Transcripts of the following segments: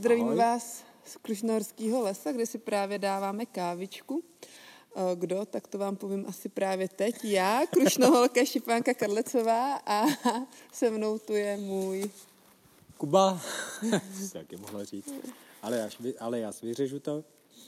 Zdravím Ahoj. vás z Krušnohorského lesa, kde si právě dáváme kávičku. Kdo, tak to vám povím asi právě teď. Já, Krušnoholka Štěpánka Kadlecová a se mnou tu je můj... Kuba, si taky mohla říct, ale já si vyřežu to.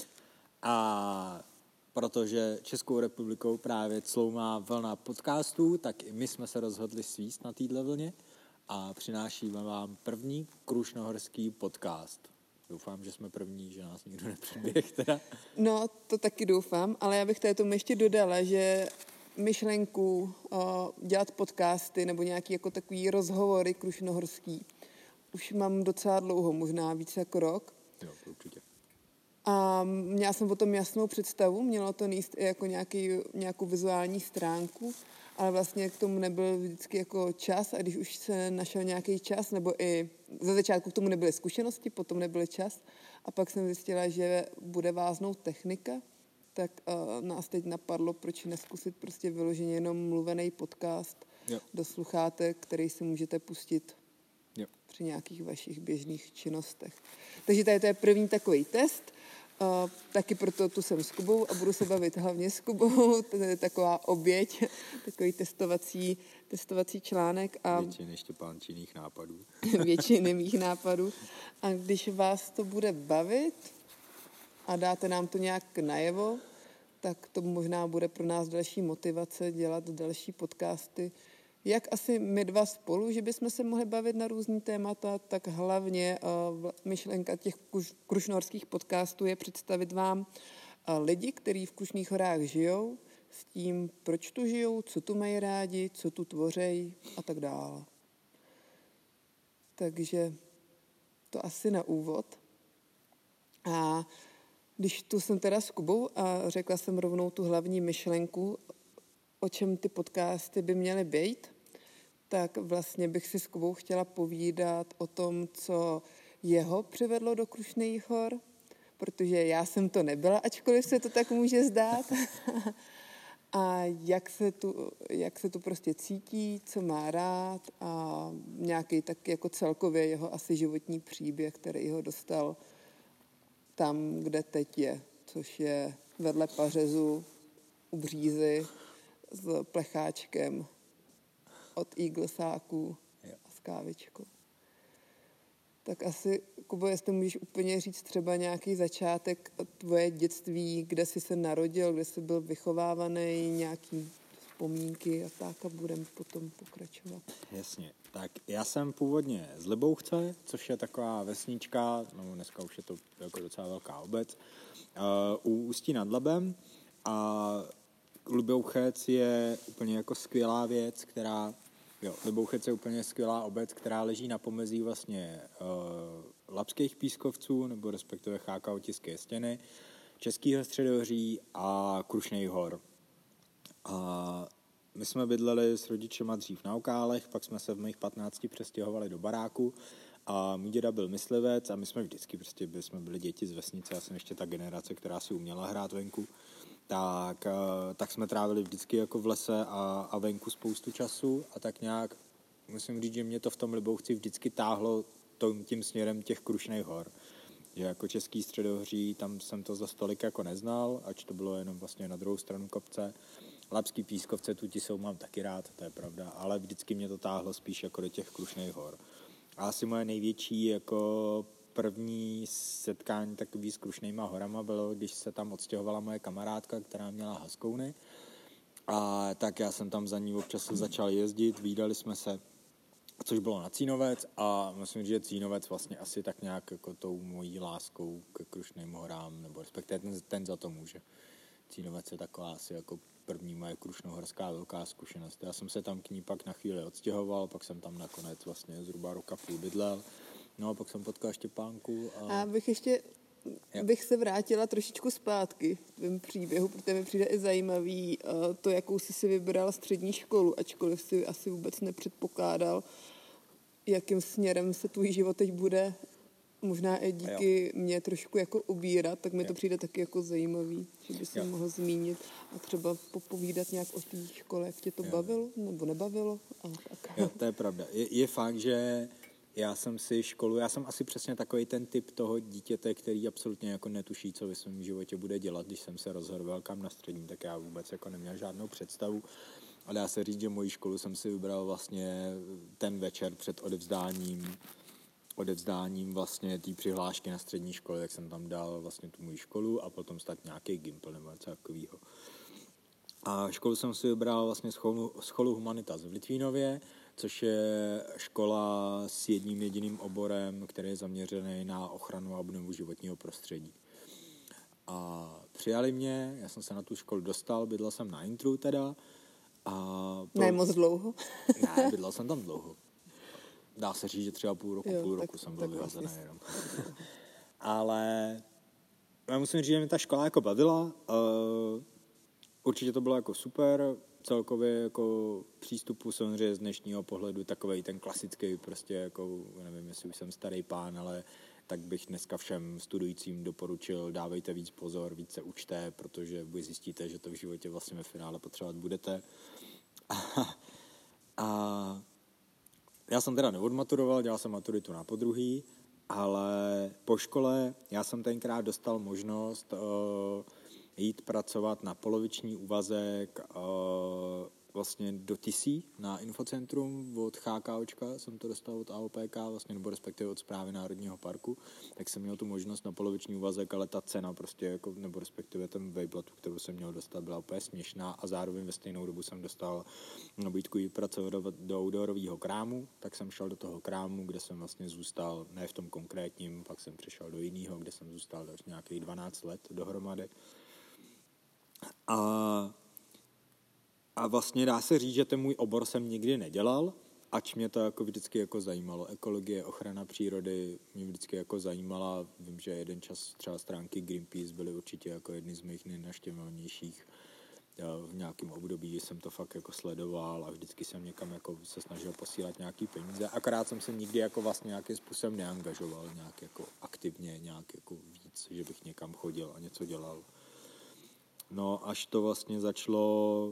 A protože Českou republikou právě cloumá vlna podcastů, tak i my jsme se rozhodli svíst na této vlně a přinášíme vám první krušnohorský podcast. Doufám, že jsme první, že nás nikdo nepředběh teda. No, to taky doufám, ale já bych tady tomu ještě dodala, že myšlenku dělat podcasty nebo nějaký jako takový rozhovory krušnohorský už mám docela dlouho, možná více jak rok. Jo, určitě. A měla jsem o tom jasnou představu, mělo to nést i jako nějakou vizuální stránku, ale vlastně k tomu nebyl vždycky jako čas a když už se našel nějaký čas, nebo i za začátku k tomu nebyly zkušenosti, potom nebyl čas a pak jsem zjistila, že bude váznout technika, tak nás teď napadlo, proč neskusit prostě vyloženě jenom mluvený podcast do sluchátek, který si můžete pustit při nějakých vašich běžných činnostech. Takže tady to je první takový test. Taky proto tu jsem s Kubou a budu se bavit hlavně s Kubou. To je taková oběť, takový testovací článek. A Většiny Štěpánčiných nápadů. Většiny mých nápadů. A když vás to bude bavit a dáte nám to nějak najevo, tak to možná bude pro nás další motivace dělat další podcasty. Jak asi my dva spolu, že bychom se mohli bavit na různý témata, tak hlavně myšlenka těch krušnohorských podcastů je představit vám lidi, kteří v Krušných horách žijou, s tím, proč tu žijou, co tu mají rádi, co tu tvořejí a tak dále. Takže to asi na úvod. A když tu jsem teda s Kubou a řekla jsem rovnou tu hlavní myšlenku, o čem ty podcasty by měly být, tak vlastně bych si s Kubou chtěla povídat o tom, co jeho přivedlo do Krušných hor, protože já jsem to nebyla, ačkoliv se to tak může zdát. A jak se tu prostě cítí, co má rád a nějaký tak jako celkově jeho asi životní příběh, který ho dostal tam, kde teď je, což je vedle Pařezu u Břízy s plecháčkem od Eaglesáků a s kávičkou. Tak asi, Kubo, jestli můžeš úplně říct třeba nějaký začátek tvoje dětství, kde jsi se narodil, kde jsi byl vychovávaný, nějaký vzpomínky a tak a budeme potom pokračovat. Jasně. Tak já jsem původně z Libouchce, což je taková vesnička, no dneska už je to jako docela velká obec, u Ústí nad Labem a Libouchec je úplně jako skvělá věc, Libouchec je úplně skvělá obec, která leží na pomezí vlastně Labských pískovců, nebo respektive Cháka-Otisky stěny, Českého středohoří a Krušných hor. A my jsme bydleli s rodičema dřív na Okálech, pak jsme se v mých 15 přestěhovali do baráku a můj děda byl myslivec a my jsme vždycky jsme byli děti z vesnice, já jsem ještě ta generace, která si uměla hrát venku. Tak jsme trávili vždycky jako v lese a venku spoustu času a tak nějak musím říct, že mě to v tom Libouchci vždycky táhlo tím směrem těch Krušných hor. Že jako Český středohoří, tam jsem to za stolik jako neznal, ač to bylo jenom vlastně na druhou stranu kopce. Labský pískovce, tu mám taky rád, to je pravda, ale vždycky mě to táhlo spíš jako do těch Krušných hor. A asi moje největší jako první setkání takový s Krušnýma horama bylo, když se tam odstěhovala moje kamarádka, která měla haskouny. A tak já jsem tam za ní občas začal jezdit, vídali jsme se, což bylo na Cínovec a myslím, že Cínovec vlastně asi tak nějak jako tou mojí láskou k Krušným horám, nebo respektive ten za to může. Cínovec je taková asi jako první moje krušnohorská velká zkušenost. Já jsem se tam k ní pak na chvíli odstěhoval, pak jsem tam nakonec vlastně zhruba roka půl bydlel. No a pak jsem potkal Štěpánku. A bych se vrátila trošičku zpátky v tvém příběhu, protože mi přijde i zajímavý to, jakou jsi si vybral střední školu, ačkoliv si asi vůbec nepředpokládal, jakým směrem se tvůj život teď bude možná i díky mě trošku jako ubírat, tak mi to přijde taky jako zajímavý, že by se mohl zmínit a třeba popovídat nějak o té škole, jak tě to bavilo nebo nebavilo. A tak. Jo, to je pravda. Je fakt, že já jsem asi přesně takový ten typ toho dítěte, který absolutně jako netuší, co ve svém životě bude dělat. Když jsem se rozhodoval kam na střední, tak já vůbec jako neměl žádnou představu. Ale dá se říct, že moji školu jsem si vybral vlastně ten večer před odevzdáním vlastně té přihlášky na střední školy, tak jsem tam dal vlastně tu moji školu a potom stát nějaký Gimpl nebo něco takového. A školu jsem si vybral vlastně scholu Humanitas v Litvínově, což je škola s jedním jediným oborem, který je zaměřený na ochranu a obnovu životního prostředí. A přijali mě, já jsem se na tu školu dostal, bydlel jsem na intru teda. Ne moc dlouho? Ne, bydlel jsem tam dlouho. Dá se říct, že třeba půl roku jsem byl vyhozený jenom. Ale já musím říct, že mě ta škola jako bavila. Určitě to bylo jako super. Celkově jako přístupu samozřejmě z dnešního pohledu takovej ten klasický prostě jako, nevím, jestli už jsem starý pán, ale tak bych dneska všem studujícím doporučil, dávejte víc pozor, víc se učte, protože vy zjistíte, že to v životě vlastně ve finále potřebovat budete. A já jsem teda neodmaturoval, dělal jsem maturitu na podruhý, ale po škole já jsem tenkrát dostal možnost jít pracovat na poloviční úvazek vlastně do TISí na infocentrum od HKOčka, jsem to dostal od AOPK, vlastně, nebo respektive od Správy Národního parku, tak jsem měl tu možnost na poloviční úvazek, ale ta cena prostě, jako, nebo respektive ten vejplatu, kterou jsem měl dostat, byla úplně směšná a zároveň ve stejnou dobu jsem dostal nabídku jít pracovat do outdoorového krámu, tak jsem šel do toho krámu, kde jsem vlastně zůstal, ne v tom konkrétním, pak jsem přešel do jiného, kde jsem zůstal až nějakých 12 let dohromady. A vlastně dá se říct, že ten můj obor jsem nikdy nedělal, ač mě to jako vždycky jako zajímalo. Ekologie, ochrana přírody mě vždycky jako zajímala. Vím, že jeden čas třeba stránky Greenpeace byly určitě jako jedny z mých nejnavštěvovanějších v nějakém období, kdy jsem to fakt jako sledoval a vždycky jsem někam jako se snažil posílat nějaký peníze. Akorát jsem se nikdy jako vlastně nějakým způsobem neangažoval nějak jako aktivně, nějak jako víc, že bych někam chodil a něco dělal. No, až to vlastně začalo,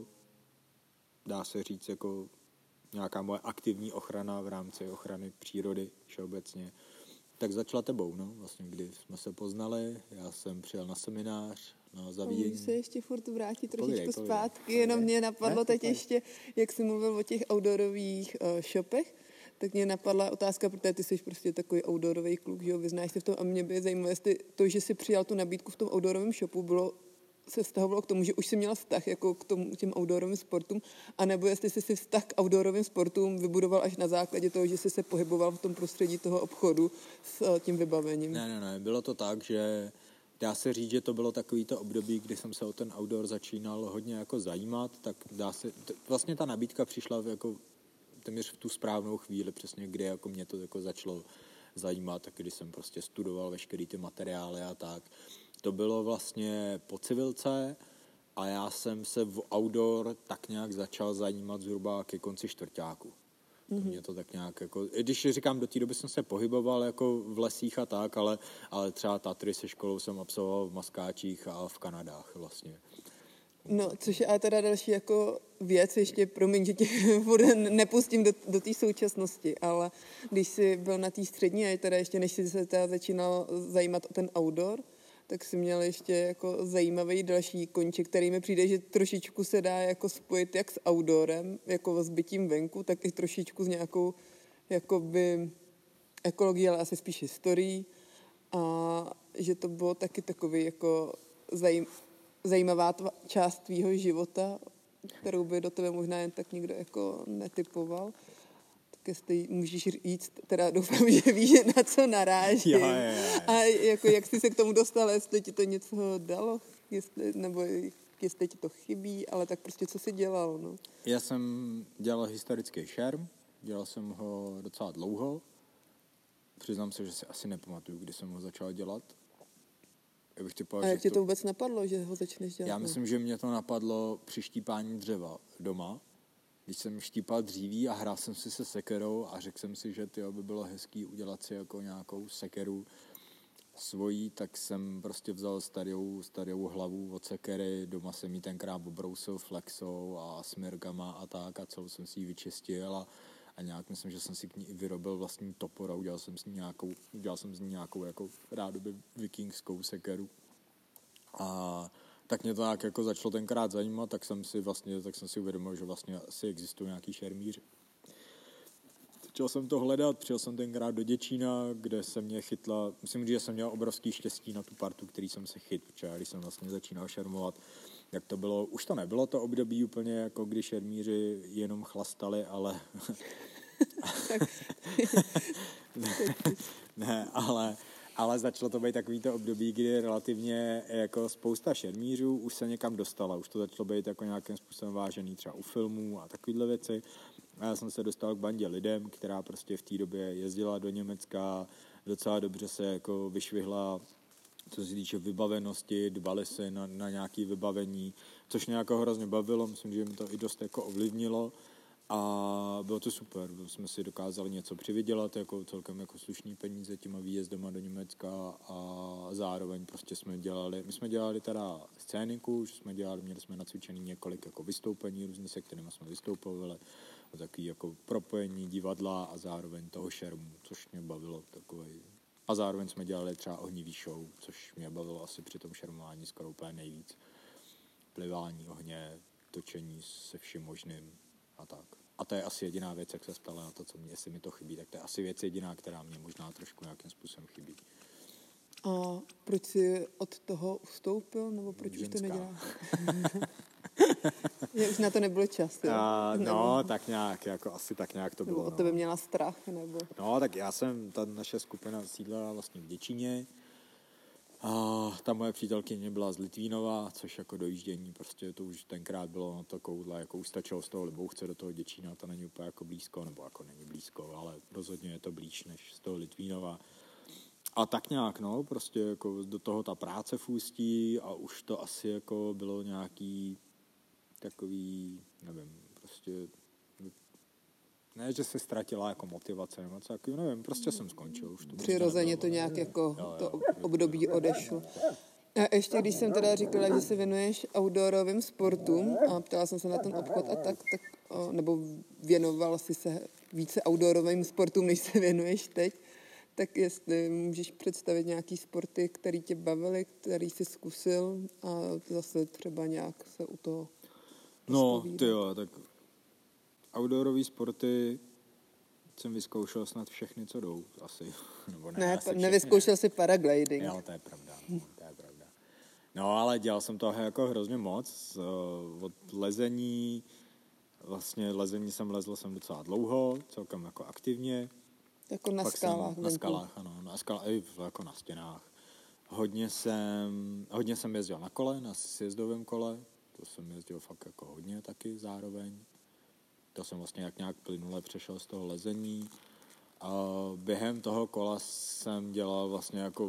dá se říct, jako nějaká moje aktivní ochrana v rámci ochrany přírody všeobecně, tak začala tebou, no, vlastně, kdy jsme se poznali, já jsem přijel na seminář, na zavíjení. Můžu se ještě furt vrátit trošičku zpátky, jenom mě napadlo teď ještě, jak jsi mluvil o těch outdoorových shopech, tak mě napadla otázka, protože ty jsi prostě takový outdoorový kluk, že jo, vyznáš se v tom a mě by zajímalo, jestli to, že jsi přijal tu nabídku v tom outdoorovém shopu, se vztahovalo k tomu, že už jsi měla vztah jako k těm outdoorovým sportům, anebo jestli jsi si vztah k outdoorovým sportům vybudoval až na základě toho, že jsi se pohyboval v tom prostředí toho obchodu s tím vybavením. Ne, bylo to tak, že dá se říct, že to bylo takovýto období, kdy jsem se o ten outdoor začínal hodně jako zajímat, tak vlastně ta nabídka přišla jako téměř v tu správnou chvíli, přesně kdy jako mě to jako začalo zajímat, tak když jsem prostě studoval veškerý ty materiály a tak. To bylo vlastně po civilce a já jsem se v outdoor tak nějak začal zajímat zhruba ke konci čtvrťáku. Mm-hmm. Mě to tak nějak jako, když říkám, do té doby jsem se pohyboval jako v lesích a tak, ale třeba Tatry se školou jsem absolvoval v Maskáčích a v Kanadách vlastně. No, což je ale teda další jako věc, ještě promiň, že tě nepustím do té současnosti, ale když jsi byl na té střední a teda ještě než jsi se teda začínal zajímat o ten outdoor, tak jsi měl ještě jako zajímavý další konček, který mi přijde, že trošičku se dá jako spojit jak s outdoorem, jako s bytím venku, tak i trošičku s nějakou jakoby ekologií, ale asi spíš historií. A že to bylo taky takový jako zajímavá část tvýho života, kterou by do tebe možná jen tak nikdo jako netypoval. Tak jestli můžeš říct, teda doufám, že víš, na co narážím. Jo. A jako, jak jsi se k tomu dostal, jestli ti to něco dalo, nebo jestli ti to chybí, ale tak prostě co jsi dělal, no? Já jsem dělal historický šerm, dělal jsem ho docela dlouho. Přiznám se, že si asi nepamatuju, kdy jsem ho začal dělat. A jak tě to vůbec napadlo, že ho začneš dělat? Já myslím, že mě to napadlo při štípání dřeva doma. Když jsem štípal dříví a hrál jsem si se sekerou a řekl jsem si, že by bylo hezký udělat si jako nějakou sekeru svojí, tak jsem prostě vzal starou hlavu od sekery, doma jsem ji tenkrát obrousil flexou a smirgama a tak a celou jsem si ji vyčistil a nějak myslím, že jsem si k ní i vyrobil vlastní topor a udělal jsem z ní nějakou jako rádoby vikingskou sekeru. A tak mě to nějak jako začalo tenkrát zajímat, tak jsem si uvědomil, že vlastně asi existují nějaký šermíři. Začal jsem to hledat, přijel jsem tenkrát do Děčína, kde se mě chytla, myslím, že jsem měl obrovský štěstí na tu partu, který jsem se chytl, protože když jsem vlastně začínal šermovat, jak to bylo, už to nebylo to období úplně, jako když šermíři jenom chlastali, ale ne, ale začalo to být takový to období, kdy relativně jako spousta šermířů už se někam dostala, už to začalo být jako nějakým způsobem vážený třeba u filmů a takovýhle věci. A já jsem se dostal k bandě lidem, která prostě v té době jezdila do Německa, docela dobře se jako vyšvihla, co se týče vybavenosti, dbali si na nějaké vybavení, což mě jako hrozně bavilo, myslím, že mi to i dost jako ovlivnilo a bylo to super, jsme si dokázali něco přivydělat, jako celkem jako slušný peníze těma výjezdama do Německa a zároveň prostě my jsme dělali teda scéniku, měli jsme nacvičený několik jako vystoupení různý, se kterými jsme vystoupovali, takový jako propojení divadla a zároveň toho šermu, což mě bavilo takovej. A zároveň jsme dělali třeba ohnivý show, což mě bavilo asi při tom šermování skoro úplně nejvíc. Plivání ohně, točení se vším možným a tak. A to je asi jediná věc, jak se stala na to, jestli mi to chybí, tak to je asi věc jediná, která mě možná trošku nějakým způsobem chybí. A proč jsi od toho ustoupil, nebo proč už to neděláš? Už na to nebylo čas, jo? No, tak nějak, jako asi tak nějak to bylo. Nebo od tebe měla strach, nebo? No, tak ta naše skupina sídla vlastně v Děčíně. A ta moje přítelkyně byla z Litvínova, což jako dojíždění, prostě to už tenkrát bylo na to koudle, jako už stačilo z toho Libouvce do toho Děčína, to není úplně jako blízko, nebo jako není blízko, ale rozhodně je to blíž než z toho Litvínova. A tak nějak, no, prostě jako do toho ta práce v Ústí a už to asi jako bylo nějaký takový, nevím, prostě ne, že se ztratila jako motivace nebo co takový, nevím, prostě jsem skončil. Už to přirozeně to nějak jako to období odešlo. A ještě když jsem teda říkala, že se věnuješ outdoorovým sportům a ptala jsem se na ten obchod a tak nebo věnoval jsi se více outdoorovým sportům, než se věnuješ teď, tak jestli můžeš představit nějaký sporty, který tě bavily, který jsi zkusil a zase třeba nějak se u toho tak outdoorové sporty jsem vyzkoušel snad všechny, co jdou, asi. Nebo nevyzkoušel jsi paragliding. Jo, to je pravda. No, ale dělal jsem toho jako hrozně moc. Od lezení, vlastně lezení jsem lezl docela dlouho, celkem jako aktivně. Jako na skalách. Na skalách, ano. Na skalách, i jako na stěnách. Hodně jsem jezdil na kole, na sjezdovém kole. To jsem jezdil fakt jako hodně taky zároveň. To jsem vlastně nějak plynule přešel z toho lezení. A během toho kola jsem dělal vlastně jako,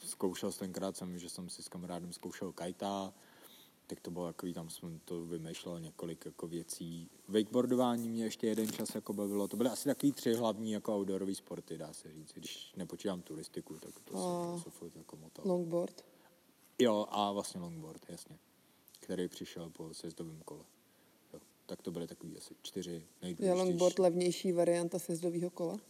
že jsem si s kamarádem zkoušel kajta, tak to bylo takový, tam jsem to vymýšlel několik jako věcí. Wakeboardování mě ještě jeden čas jako bavilo. To byly asi takový 3 hlavní jako outdoorové sporty, dá se říct. Když nepočítám turistiku, tak to jsem furt jako motal. Longboard? Jo, a vlastně longboard, jasně. Který přišel po sjezdovém kole. Jo, tak to byly takový asi 4 nejdůležitější. Je longboard levnější varianta sjezdového kola?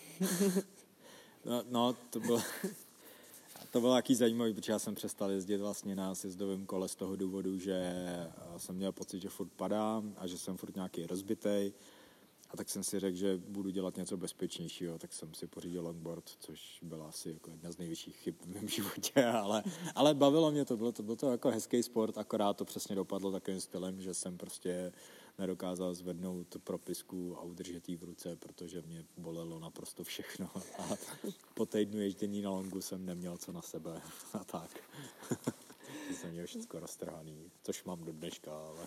No, to bylo jaký zajímavý, protože já jsem přestal jezdit vlastně na sjezdovém kole z toho důvodu, že jsem měl pocit, že furt padám a že jsem furt nějaký rozbitej. A tak jsem si řekl, že budu dělat něco bezpečnějšího, tak jsem si pořídil longboard, což byla asi jako jedna z největších chyb v mém životě, ale bavilo mě to, byl to jako hezký sport, akorát to přesně dopadlo takovým stylem, že jsem prostě nedokázal zvednout propisku a udržet ji v ruce, protože mě bolelo naprosto všechno a po týdnu ježdění na longu jsem neměl co na sebe a tak. Jsem měl všechno roztrhaný, což mám do dneška, ale...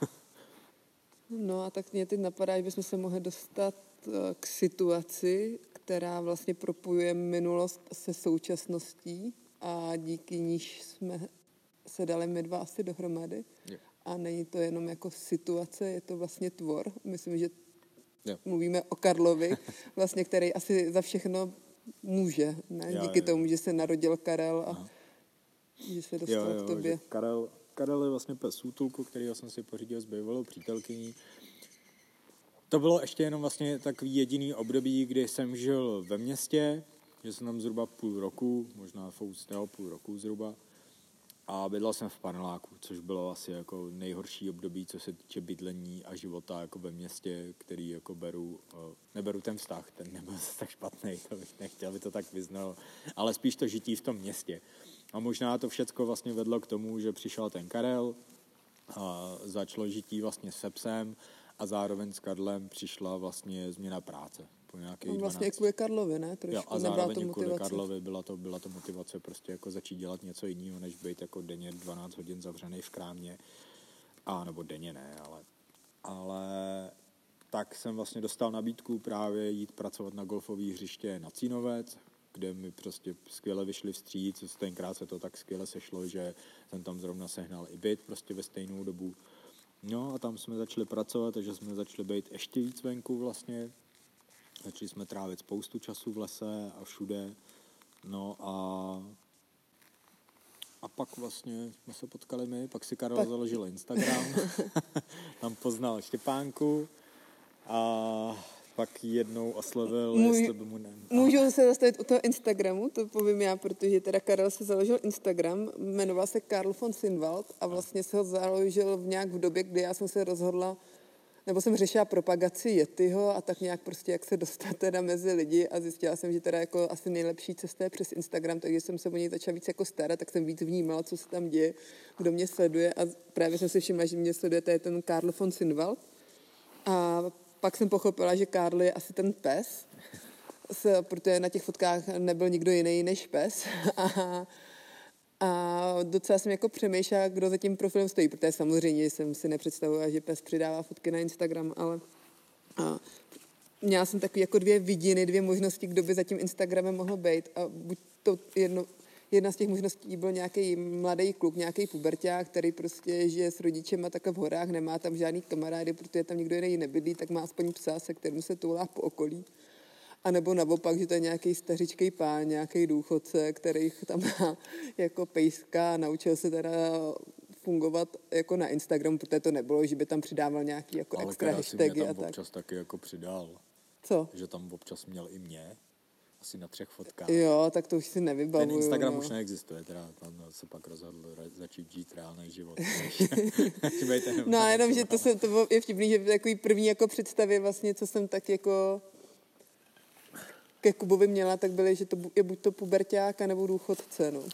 No a tak mě teď napadá, že bychom se mohli dostat k situaci, která vlastně propojuje minulost se současností a díky níž jsme se dali my dva asi dohromady. Yeah. A není to jenom jako situace, je to vlastně tvor. Myslím, že yeah. Mluvíme o Karlovi, vlastně, který asi za všechno může. Ne? Díky tomu, že se narodil Karel a že se dostal k tobě. Karel je vlastně pes útulku, kterýho jsem si pořídil s bývalou přítelkyní. to bylo ještě jenom vlastně takový jediný období, kdy jsem žil ve městě, že jsem tam zhruba půl roku, možná půl roku zhruba. A bydlel jsem v paneláku, což bylo asi jako nejhorší období, co se týče bydlení a života jako ve městě, který jako neberu ten vztah, ten nebyl tak špatný, to bych nechtěl, by to tak vyznal, ale spíš to žití v tom městě. A možná to všecko vlastně vedlo k tomu, že přišel ten Karel a začalo žití vlastně se psem a zároveň s Karlem přišla vlastně změna práce. Vlastně kvůli Karlovi, ne? Jo, a zároveň kvůli Karlovi byla to motivace prostě jako začít dělat něco jiného, než být jako denně 12 hodin zavřený v krámě. Nebo denně ne, ale tak jsem vlastně dostal nabídku právě jít pracovat na golfové hřiště na Cínovec, kde mi prostě skvěle vyšli vstříc. Tenkrát se to tak skvěle sešlo, že jsem tam zrovna sehnal i byt prostě ve stejnou dobu. No a tam jsme začali pracovat, takže jsme začali být ještě víc venku vlastně. Začali jsme trávit spoustu času v lese a všude. No a pak vlastně jsme se potkali pak si Karel založil Instagram, tam poznal Štěpánku a pak jednou oslovil, jestli by mu Můžu se zastavit u toho Instagramu, to povím já, protože teda Karel se založil Instagram, jmenoval se Karl von Sinwald a vlastně se ho založil nějak v době, kdy já jsem se rozhodla, nebo jsem řešila propagaci Yetiho a tak nějak prostě, jak se dostat teda mezi lidi a zjistila jsem, že teda jako asi nejlepší cesta je přes Instagram, takže jsem se o něj začala víc jako starat, tak jsem víc vnímala, co se tam děje, kdo mě sleduje a právě jsem si všimla, že mě sleduje tady ten Karl von Sinwald a pak jsem pochopila, že Karl je asi ten pes, protože na těch fotkách nebyl nikdo jiný než pes a docela jsem jako přemýšlela, kdo za tím profilem stojí, protože samozřejmě jsem si nepředstavovala, že pes přidává fotky na Instagram, ale měla jsem takový jako dvě možnosti, kdo by za tím Instagramem mohl být a buď to jedna z těch možností byl nějaký mladý kluk, nějaký puberťák, který prostě žije s rodičema takhle v horách, nemá tam žádný kamarády, protože tam nikdo jiný nebydlí, tak má aspoň psa, se kterým se toulá po okolí. A nebo naopak, že to je nějaký stařičkej pán, nějaký důchodce, který tam má jako pejska a naučil se teda fungovat jako na Instagramu, protože to nebylo, že by tam přidával nějaký jako ale extra hashtagy a tak. Ale tam občas taky jako přidal. Co? Že tam občas měl i mě. Asi na 3 fotkách. Jo, tak to už si nevybavuju. Ten Instagram už neexistuje, teda tam se pak rozhodl začít žít reálný život. No jenom, že to je vtipný, že takový první jako představy vlastně, co jsem tak jako ke Kubovi měla, tak byly, že to je buď to puberťák, nebo důchodce, no.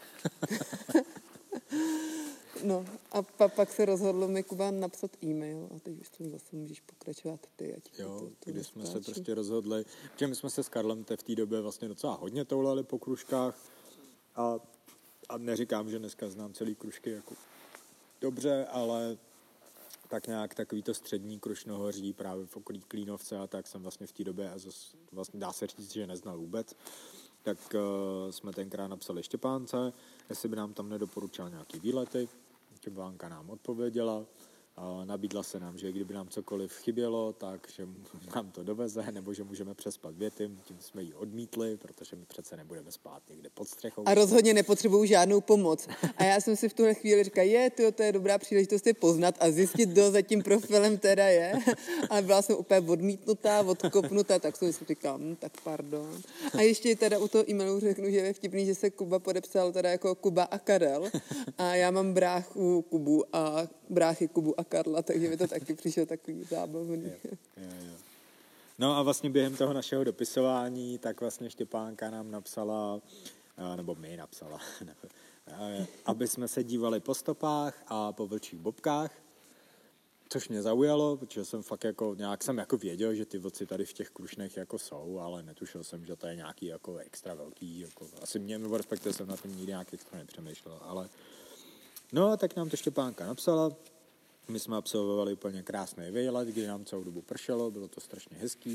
No a pak se rozhodlo mi Kuba napsat e-mail a teď už jsem zase můžeš pokračovat ty. Když jsme se prostě rozhodli, že my jsme se s Karlem v té době vlastně docela hodně toulali po kružkách a neříkám, že dneska znám celý kružky jako dobře, ale tak nějak takový to střední Krušnohoří právě v okolí Klínovce a tak jsem vlastně v té době vlastně dá se říct, že neznal vůbec. Tak jsme tenkrát napsali Štěpánce, jestli by nám tam nedoporučil nějaký výlety. Štěpánka nám odpověděla, nabídla se nám, že kdyby nám cokoliv chybělo, tak že nám to doveze, nebo že můžeme přespat v Yetim. Tím jsme ji odmítli, protože my přece nebudeme spát někde pod střechou. A rozhodně nepotřebuju žádnou pomoc. A já jsem si v tuhle chvíli říkala, to je dobrá příležitost je poznat a zjistit, kdo za tím profilem teda je. Ale byla jsem úplně odmítnutá, odkopnutá, tak jsem si říkala, tak pardon. A ještě teda u toho e-mailu řeknu, že je vtipný, že se Kuba podepsal teda jako Kuba a Karel. A já mám bráchu Kubu a bráchy Kubu a Karla, takže mi to taky přišlo takový zábavný. Jo. No a vlastně během toho našeho dopisování, tak vlastně Štěpánka nám napsala, nebo mi napsala, aby jsme se dívali po stopách a po vlčích bobkách, což mě zaujalo, protože jsem fakt jako, nějak jsem jako věděl, že ty vlci tady v těch Krušnech jako jsou, ale netušil jsem, že to je nějaký jako extra velký, jako, asi mě, nebo respektive jsem na tom nikdy nějak extra nepřemýšlel, ale no, tak nám to Štěpánka napsala. My jsme absolvovali úplně krásný výlet, kdy nám celou dobu pršelo, bylo to strašně hezký.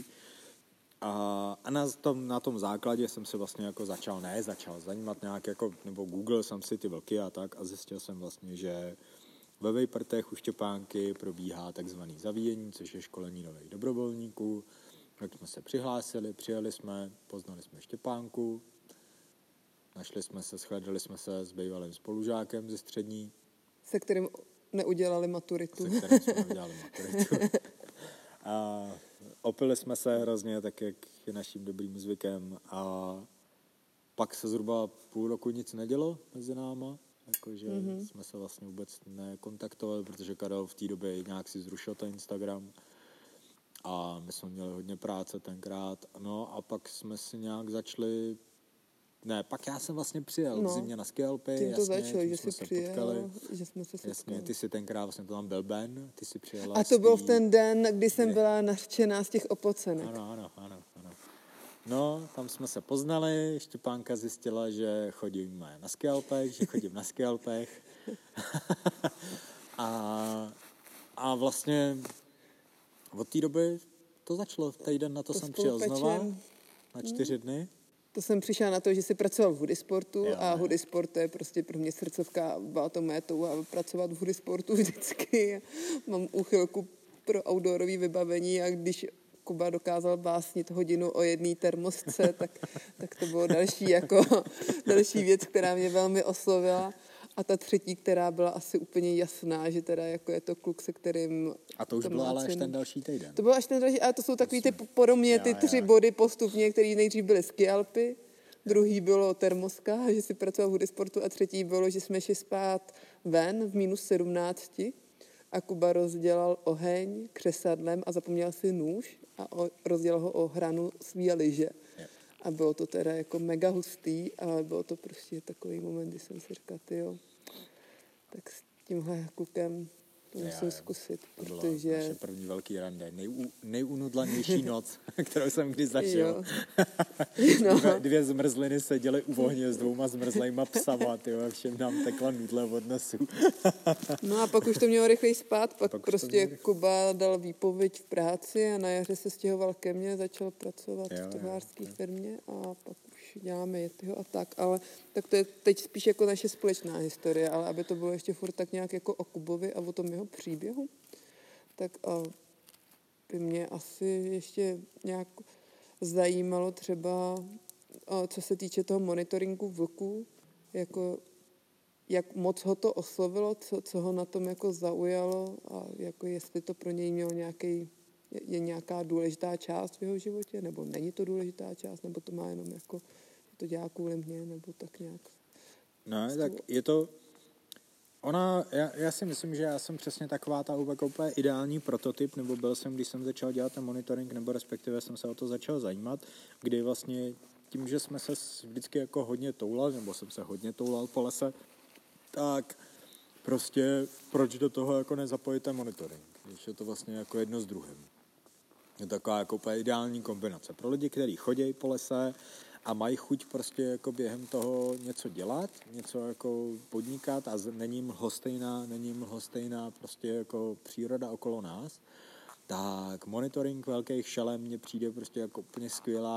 A na tom základě jsem se vlastně jako začal zajímat nějak jako, nebo Google jsem si ty vlky a tak a zjistil jsem vlastně, že ve Vejprtech u Štěpánky probíhá takzvaný zavíjení, což je školení nových dobrovolníků. Tak jsme se přihlásili, přijeli jsme, poznali jsme Štěpánku, shledali jsme se s bývalým spolužákem ze střední. Se kterým neudělali maturitu. A opili jsme se hrozně, tak jak je naším dobrým zvykem a pak se zhruba půl roku nic nedělo mezi náma, jakože jsme se vlastně vůbec nekontaktovali, protože Karel v té době nějak si zrušil ten Instagram a my jsme měli hodně práce tenkrát, no a pak jsme si nějak začali, pak já jsem vlastně přijel v zimě na ski Alpy, tím to jasně, začalo, tím že jsme jsi se přijel, potkali, že jsme se setkali. jasně, ty si tenkrát, vlastně to tam byl Ben, ty si přijela. A to bylo v ten den, kdy jsem byla nařčená z těch opocenek. Ano. No, tam jsme se poznali, Štěpánka zjistila, že chodíme na ski Alpech, že chodím na ski Alpech. a vlastně od té doby to začalo. Týden na to jsem přijel znova, na 4 dny. To jsem přišla na to, že jsi pracoval v Hudisportu a Hudisport to je prostě pro mě srdcovka, byla to mé touha pracovat v Hudisportu vždycky. Mám úchylku pro outdoorové vybavení a když Kuba dokázal básnit hodinu o jedné termosce, tak to bylo další věc, která mě velmi oslovila. A ta třetí, která byla asi úplně jasná, že teda jako je to kluk, se kterým... A to už bylo ale až ten další týden. To bylo až ten další, ale to jsou takový ty podobně ty 3 body postupně, které nejdřív byly ski Alpy, druhý bylo termoska, že si pracoval v Hudisportu a třetí bylo, že jsme šli spát ven v -17 a Kuba rozdělal oheň křesadlem a zapomněl si nůž a rozdělal ho o hranu svý lyže. A bylo to teda jako mega hustý, ale bylo to prostě takový moment, kdy jsem si říkala, tyjo, tak s tímhle klukem to musím zkusit, protože... To bylo naše první velký rande, nejunudlanější noc, kterou jsem kdy zažil. No. 2 zmrzliny seděly u ohně s 2 zmrzlejma psama, tyjo, a všem nám tekla nudle od nosu. No a pak už to mělo rychleji spát, pak prostě Kuba dal výpověď v práci a na jaře se stěhoval ke mně, začal pracovat v truhlářské firmě a pak už děláme Yetiho a tak, ale tak to je teď spíš jako naše společná historie, ale aby to bylo ještě furt tak nějak jako o Kubovi a o tom jeho příběhu, tak by mě asi ještě nějak zajímalo třeba, co se týče toho monitoringu vlků, jako jak moc ho to oslovilo, co ho na tom jako zaujalo a jako jestli to pro něj mělo je nějaká důležitá část v jeho životě, nebo není to důležitá část, nebo to má jenom jako, že to dělá kvůli mně, nebo tak nějak. No, tak je to... Já si myslím, že já jsem přesně taková ta úplně ideální prototyp, nebo byl jsem, když jsem začal dělat ten monitoring, nebo respektive jsem se o to začal zajímat, kdy vlastně tím, že jsme se vždycky jako hodně toulali, nebo jsem se hodně toulal po lese, tak prostě proč do toho jako nezapojit ten monitoring, když je to vlastně jako jedno s druhým. Je taková jako úplně ideální kombinace pro lidi, kteří chodí po lese a mají chuť prostě jako během toho něco dělat, něco jako podnikat a není mlhostejná prostě jako příroda okolo nás, tak monitoring velkých šelem mně přijde prostě jako úplně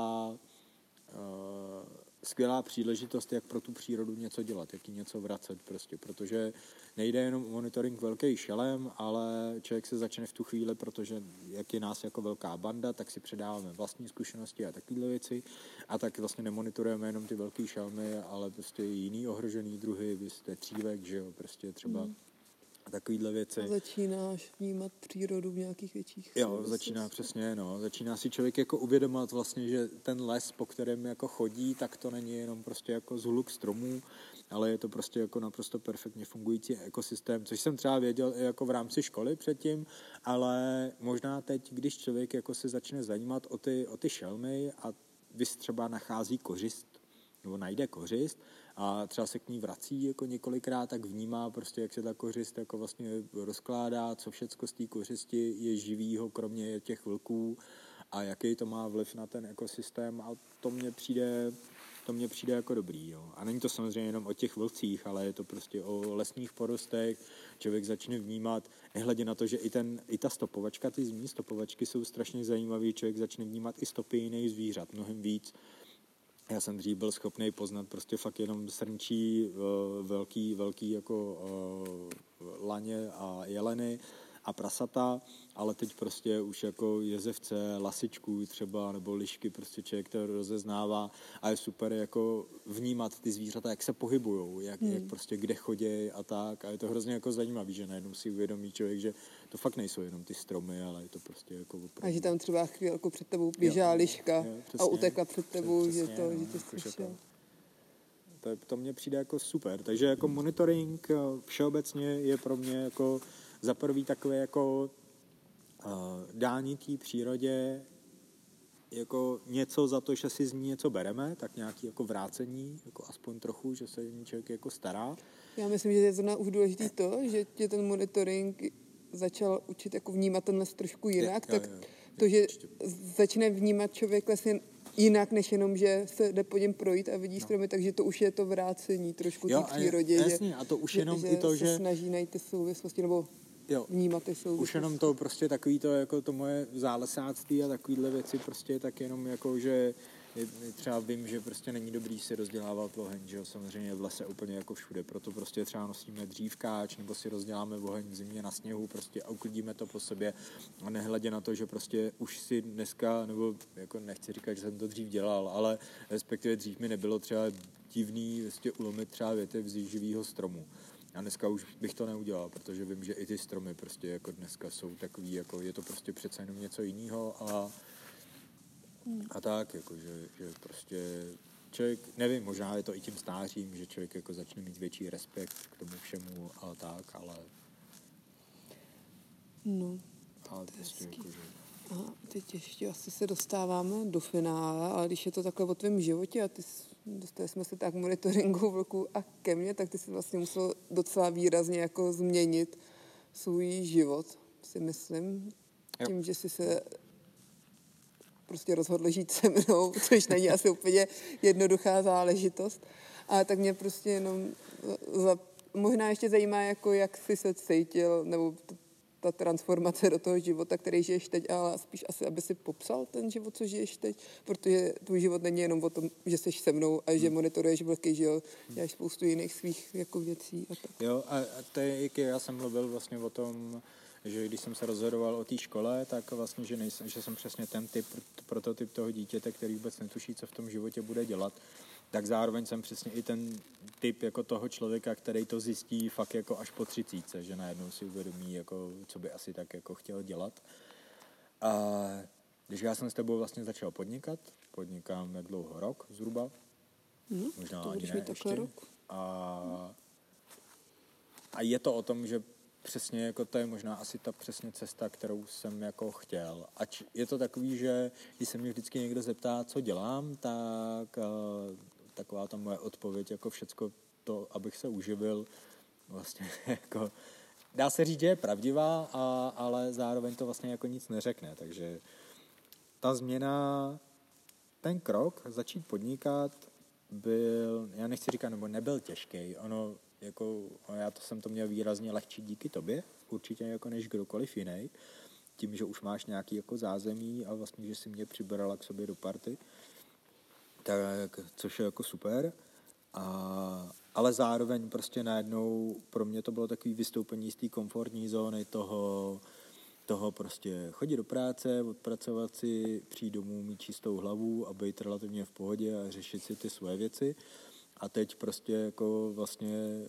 skvělá příležitost, jak pro tu přírodu něco dělat, jak jí něco vracet prostě, protože nejde jenom o monitoring velký šelem, ale člověk se začne v tu chvíli, protože jak je nás jako velká banda, tak si předáváme vlastní zkušenosti a takovéhle věci a tak vlastně nemonitorujeme jenom ty velký šelmy, ale prostě jiný ohrožený druhy, byste třívek, že jo, prostě třeba takovýhle věci. A začínáš vnímat přírodu v nějakých větších začíná si člověk jako uvědomovat vlastně, že ten les, po kterém jako chodí, tak to není jenom prostě jako zhluk stromů, ale je to prostě jako naprosto perfektně fungující ekosystém, což jsem třeba věděl i jako v rámci školy předtím, ale možná teď, když člověk jako se začne zajímat o ty šelmy a vys třeba nachází kořist, nebo najde kořist a třeba se k ní vrací jako několikrát, tak vnímá prostě, jak se ta kořist jako vlastně rozkládá, co všecko z té kořisti je živýho, kromě těch vlků a jaký to má vliv na ten ekosystém a to mně přijde jako dobrý. Jo. A není to samozřejmě jenom o těch vlcích, ale je to prostě o lesních porostech. Člověk začne vnímat, nehledě na to, že i ta stopovačka, ty zimní stopovačky jsou strašně zajímavý, člověk začne vnímat i stopy jiných zvířat mnohem víc. Já jsem dřív byl schopný poznat prostě fakt jenom srnčí, velký jako laně a jeleny, a prasata, ale teď prostě už jako jezevce, lasičku třeba, nebo lišky, prostě člověk to rozeznává a je super jako vnímat ty zvířata, jak se pohybujou, jak prostě kde chodějí a tak. A je to hrozně jako zajímavý, že najednou si uvědomí člověk, že to fakt nejsou jenom ty stromy, ale je to prostě jako opravdu. A že tam třeba chvílku před tebou běžela liška a utekla před tebou, přesně, že to, no, že to jako, slyšel. To mně přijde jako super. Takže jako monitoring všeobecně je pro mě jako za prvý takové jako dání té přírodě jako něco za to, že si z ní něco bereme, tak nějaký jako vrácení, jako aspoň trochu, že se ní člověk jako stará. Já myslím, že je zrovna už důležitý to, že tě ten monitoring začal učit jako vnímat ten les trošku jinak, to, že začne vnímat člověk les jinak, než jenom, že se jde po něm projít a vidí stromy, takže to už je to vrácení trošku té přírodě. Jasně, a to už jenom i to, že se snaží najít ty souvislosti, nebo vnímat ty souvislosti. Už jenom to prostě takový to, jako to moje zálesáctví a takovýhle věci prostě tak jenom jako, že třeba vím, že prostě není dobrý si rozdělávat oheň, že jo, samozřejmě v lese úplně jako všude, proto prostě třeba nosíme dřívkáč, nebo si rozděláme oheň v zimě na sněhu prostě a uklidíme to po sobě a nehledě na to, že prostě už si dneska, nebo jako nechci říkat, že jsem to dřív dělal, ale respektive dřív mi nebylo třeba divný vlastně ulomit třeba větev z živýho stromu. A dneska už bych to neudělal, protože vím, že i ty stromy prostě jako dneska jsou takový, jako je to prostě přece jenom něco jiného a tak, jako, že prostě člověk, nevím, možná je to i tím stářím, že člověk jako začne mít větší respekt k tomu všemu a tak, ale prostě jako, že... A teď ještě asi se dostáváme do finále, ale když je to takhle o tvém životě a dostali jsme se tak monitoringu vlku a ke mně, tak ty jsi vlastně musel docela výrazně jako změnit svůj život, si myslím. Tím, že jsi se prostě rozhodl žít se mnou, což není asi úplně jednoduchá záležitost. Ale tak mě prostě jenom možná ještě zajímá, jako jak jsi se cítil, nebo ta transformace do toho života, který žiješ teď, ale spíš asi, aby si popsal ten život, co žiješ teď, protože tvůj život není jenom o tom, že jsi se mnou a že monitoruješ vlky, že jo, děláš spoustu jiných svých jako věcí a tak. Jo, a to je, jak já jsem mluvil vlastně o tom, že když jsem se rozhodoval o té škole, tak vlastně, že jsem přesně ten prototyp toho dítěte, který vůbec netuší, co v tom životě bude dělat, tak zároveň jsem přesně i ten typ jako toho člověka, který to zjistí fakt jako až po 30, že najednou si uvědomí, jako, co by asi tak jako chtěl dělat. A když já jsem s tebou vlastně začal podnikám jak dlouho, rok zhruba, možná ani ne ještě. Rok. A je to o tom, že přesně jako to je možná asi ta přesně cesta, kterou jsem jako chtěl. Ač je to takový, že když se mě vždycky někdo zeptá, co dělám, tak taková ta moje odpověď, jako všecko to, abych se uživil, vlastně jako dá se říct, že je pravdivá, ale zároveň to vlastně jako nic neřekne. Takže ta změna, ten krok, začít podnikat, byl, já nechci říkat, nebo nebyl těžký. Ono, jako, jsem to měl výrazně lehčí díky tobě, určitě jako než kdokoliv jiný. Tím, že už máš nějaký jako zázemí a vlastně, že si mě přibrala k sobě do party. Tak, což je jako super. Ale zároveň prostě najednou pro mě to bylo takový vystoupení z té komfortní zóny toho prostě chodit do práce, odpracovat si, přijít domů, mít čistou hlavu a být relativně v pohodě a řešit si ty svoje věci. A teď prostě jako vlastně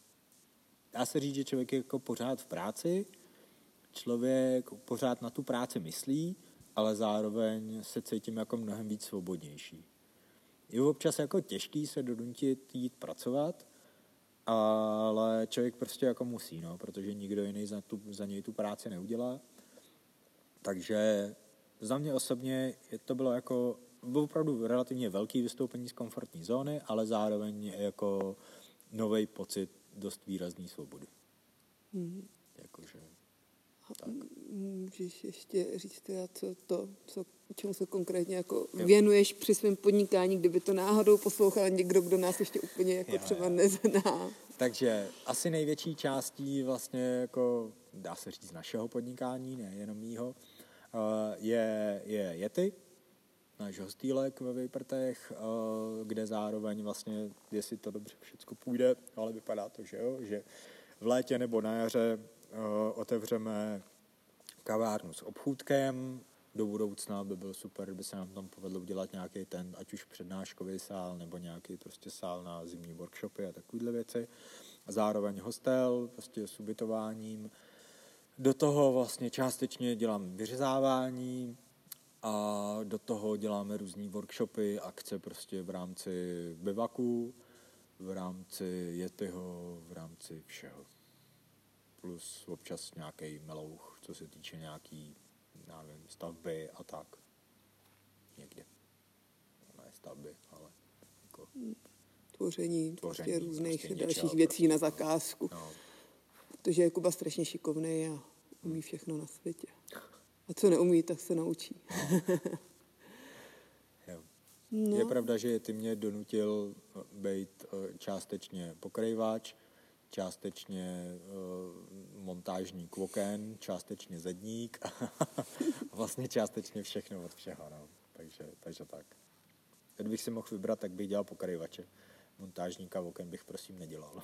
dá se říct, že člověk je jako pořád v práci, člověk pořád na tu práci myslí, ale zároveň se cítím jako mnohem víc svobodnější. Je občas jako těžký se donutit jít pracovat, ale člověk prostě jako musí, no, protože nikdo jiný za něj tu práci neudělá. Takže za mě osobně to bylo jako opravdu relativně velký vystoupení z komfortní zóny, ale zároveň jako nový pocit dost výrazný svobody. Jakože tak. Můžeš ještě říct teda, čemu se konkrétně jako věnuješ při svém podnikání, kdyby to náhodou poslouchal někdo, kdo nás ještě úplně jako třeba nezná. Takže asi největší částí vlastně jako dá se říct našeho podnikání, ne jenom mýho, je Yeti, náš hostýlek ve Vejprtech, kde zároveň vlastně, jestli to dobře všechno půjde, ale vypadá to, že jo, že v létě nebo na jaře otevřeme kavárnu s obchůdkem. Do budoucna by bylo super, kdyby se nám tam povedlo udělat nějaký ten, ať už přednáškový sál, nebo nějaký prostě sál na zimní workshopy a takovýhle věci. A zároveň hostel, prostě s ubytováním. Do toho vlastně částečně dělám vyřezávání a do toho děláme různý workshopy, akce prostě v rámci bivaku, v rámci Yetiho, v rámci všeho. Plus občas nějaký melouch, co se týče nějaký, nevím, stavby a tak. Někde. Ne stavby, ale jako Tvoření prostě různých prostě dalších něčeho, věcí prostě. na zakázku. No. Protože je Kuba strašně šikovný a umí všechno na světě. A co neumí, tak se naučí. Jo. No. Je pravda, že ty mě donutil být částečně pokrývač, částečně montážník oken, částečně zedník a vlastně částečně všechno od všeho. No. Takže tak. Kdybych si mohl vybrat, tak bych dělal pokrývače. Montážníka oken bych prosím nedělal.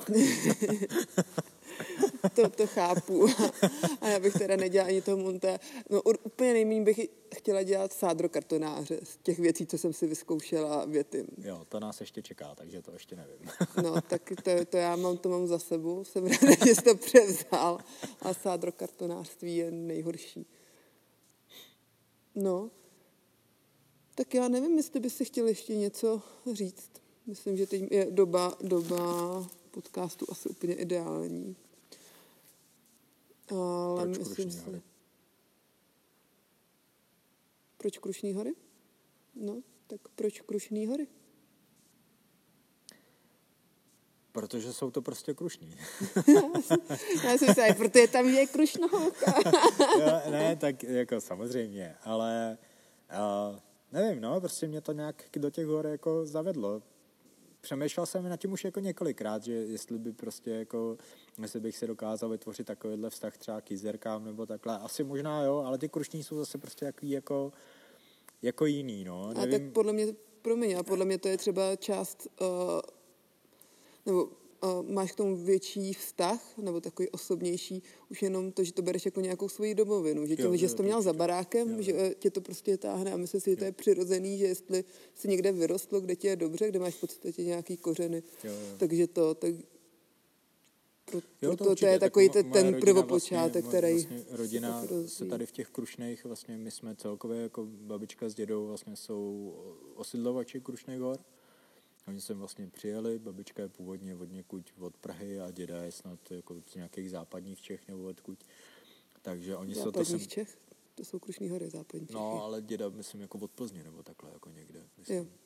To chápu. A já bych teda nedělala ani toho monta. No úplně nejméně bych chtěla dělat sádrokartonáře z těch věcí, co jsem si vyzkoušela větym. Jo, to nás ještě čeká, takže to ještě nevím. No, tak to já mám za sebou. Jsem ráda, že jsi to převzal. A sádrokartonářství je nejhorší. No. Tak já nevím, jestli by si chtěl ještě něco říct. Myslím, že teď je doba podcastu asi úplně ideální. Ale Proč myslím Krušný hory? Proč Krušný hory? No, tak proč Krušný hory? Protože jsou to prostě Krušný. Já jsem se, protože tam je Krušnohorka. Ne, tak jako samozřejmě, ale nevím, no, prostě mě to nějak do těch hor jako zavedlo. Přemýšlel jsem nad tím už jako několikrát, že jestli by prostě jako, jestli bych si dokázal vytvořit takovýhle vztah třeba k jizerkám nebo takhle. Asi možná jo, ale ty Krušní jsou zase prostě takový jako jiný, no. A tak podle mě to je třeba část, nebo máš k tomu větší vztah, nebo takový osobnější, už jenom to, že to bereš jako nějakou svoji domovinu, že tím, že jsi to měl za barákem, že tě to prostě táhne a myslím si, že to je přirozený, že jestli si někde vyrostlo, kde ti je dobře, kde máš v podstatě nějaký kořeny, takže to je takový ten prvopočátek, který... Vlastně rodina se tady v těch Krušných, vlastně my jsme celkově jako babička s dědou vlastně jsou osidlovači Krušných hor. Oni sem vlastně přijeli, babička je původně od Prahy a děda je snad jako z nějakých západních Čech nebo odkud. Takže oni jsou to sem... Čech? To jsou Krušný hory, západní Čechy. No, ale děda myslím jako od Plzně nebo takhle jako někde. Myslím. Jo.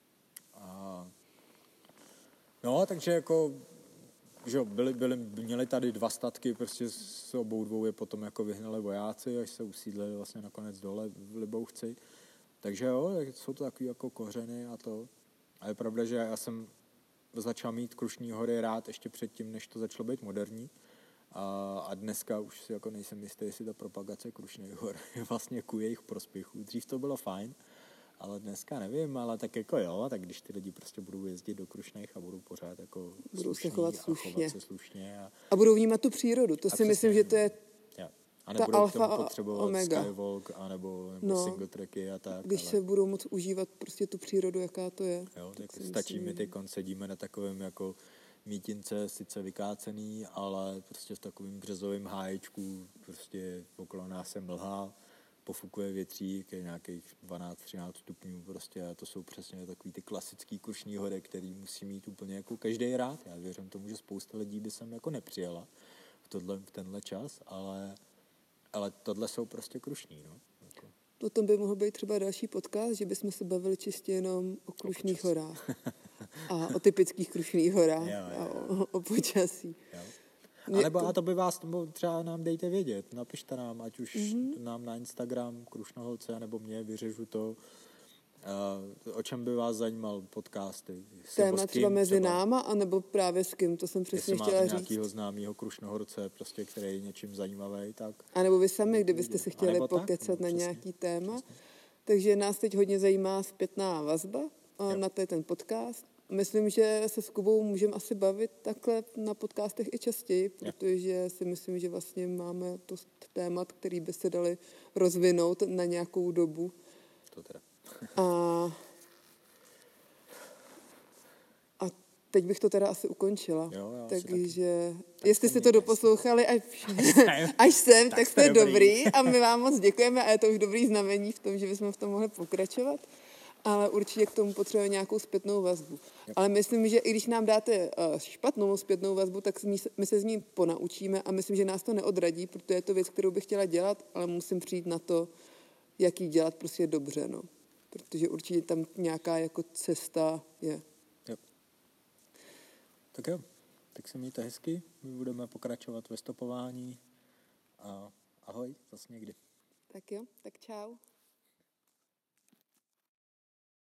No, takže jako že měli tady 2 statky, prostě s obou dvou je potom jako vyhnali vojáci, až se usídlili vlastně nakonec dole v Libouchci. Takže jo, jsou to takový jako kořeny a to. A je pravda, že já jsem začal mít Krušní hory rád ještě předtím, než to začalo být moderní. A dneska už si jako nejsem jistý, jestli ta propagace Krušných hor je vlastně ku jejich prospěchu. Dřív to bylo fajn, ale dneska nevím, ale tak jako jo, tak když ty lidi prostě budou jezdit do Krušných a budou pořád jako budou se chovat slušně. A budou vnímat tu přírodu, to si myslím, že to je a nebudou k tomu potřebovat omega. Skywalk nebo single tracky a tak. Když se budou moct užívat prostě tu přírodu, jaká to je. Jo, tak stačí, my teď sedíme na takovém jako mítince, sice vykácený, ale prostě v takovém březovém háječku, prostě okolo nás je mlha, pofukuje větřík, je nějakých 12-13 stupňů prostě a to jsou přesně takový ty klasický Krušný hory, který musí mít úplně jako každý rád. Já věřím tomu, že spousta lidí by sem jako nepřijela v tenhle čas, ale tohle jsou prostě Krušný, no. Jako. O tom by mohl být třeba další podcast, že bychom se bavili čistě jenom o Krušných horách. A o typických Krušných horách a o počasí. Jo. A to by vás, třeba nám dejte vědět, napište nám, ať už nám na Instagram Krušnoholce, nebo mě, vyřežu to, o čem by vás zajímal podcasty. Téma třeba mezi náma, anebo právě s kým, to jsem přesně chtěla říct. Jestli máte nějakýho známýho Krušnohorce, prostě, který je něčím zajímavý, tak... A nebo vy sami, kdybyste si chtěli pokecat na nějaký téma. Přesně. Takže nás teď hodně zajímá zpětná vazba na ten podcast. myslím, že se s Kubou můžeme asi bavit takhle na podcastech i častěji, protože si myslím, že vlastně máme dost témat, který by se daly rozvinout na nějakou dobu. To teda. A teď bych to teda asi ukončila. Jo, takže jestli jste to doposlouchali až sem, tak jste dobrý a my vám moc děkujeme a je to už dobrý znamení v tom, že bychom v tom mohli pokračovat. Ale určitě k tomu potřebujeme nějakou zpětnou vazbu. Ale myslím, že i když nám dáte špatnou zpětnou vazbu, tak my se z ní ponaučíme a myslím, že nás to neodradí, protože je to věc, kterou bych chtěla dělat, ale musím přijít na to, jak ji dělat prostě dobře, no. Protože určitě tam nějaká jako cesta je. Jo. Tak jo, tak se mějte hezky, my budeme pokračovat ve stopování a ahoj, zase někdy. Tak jo, tak čau.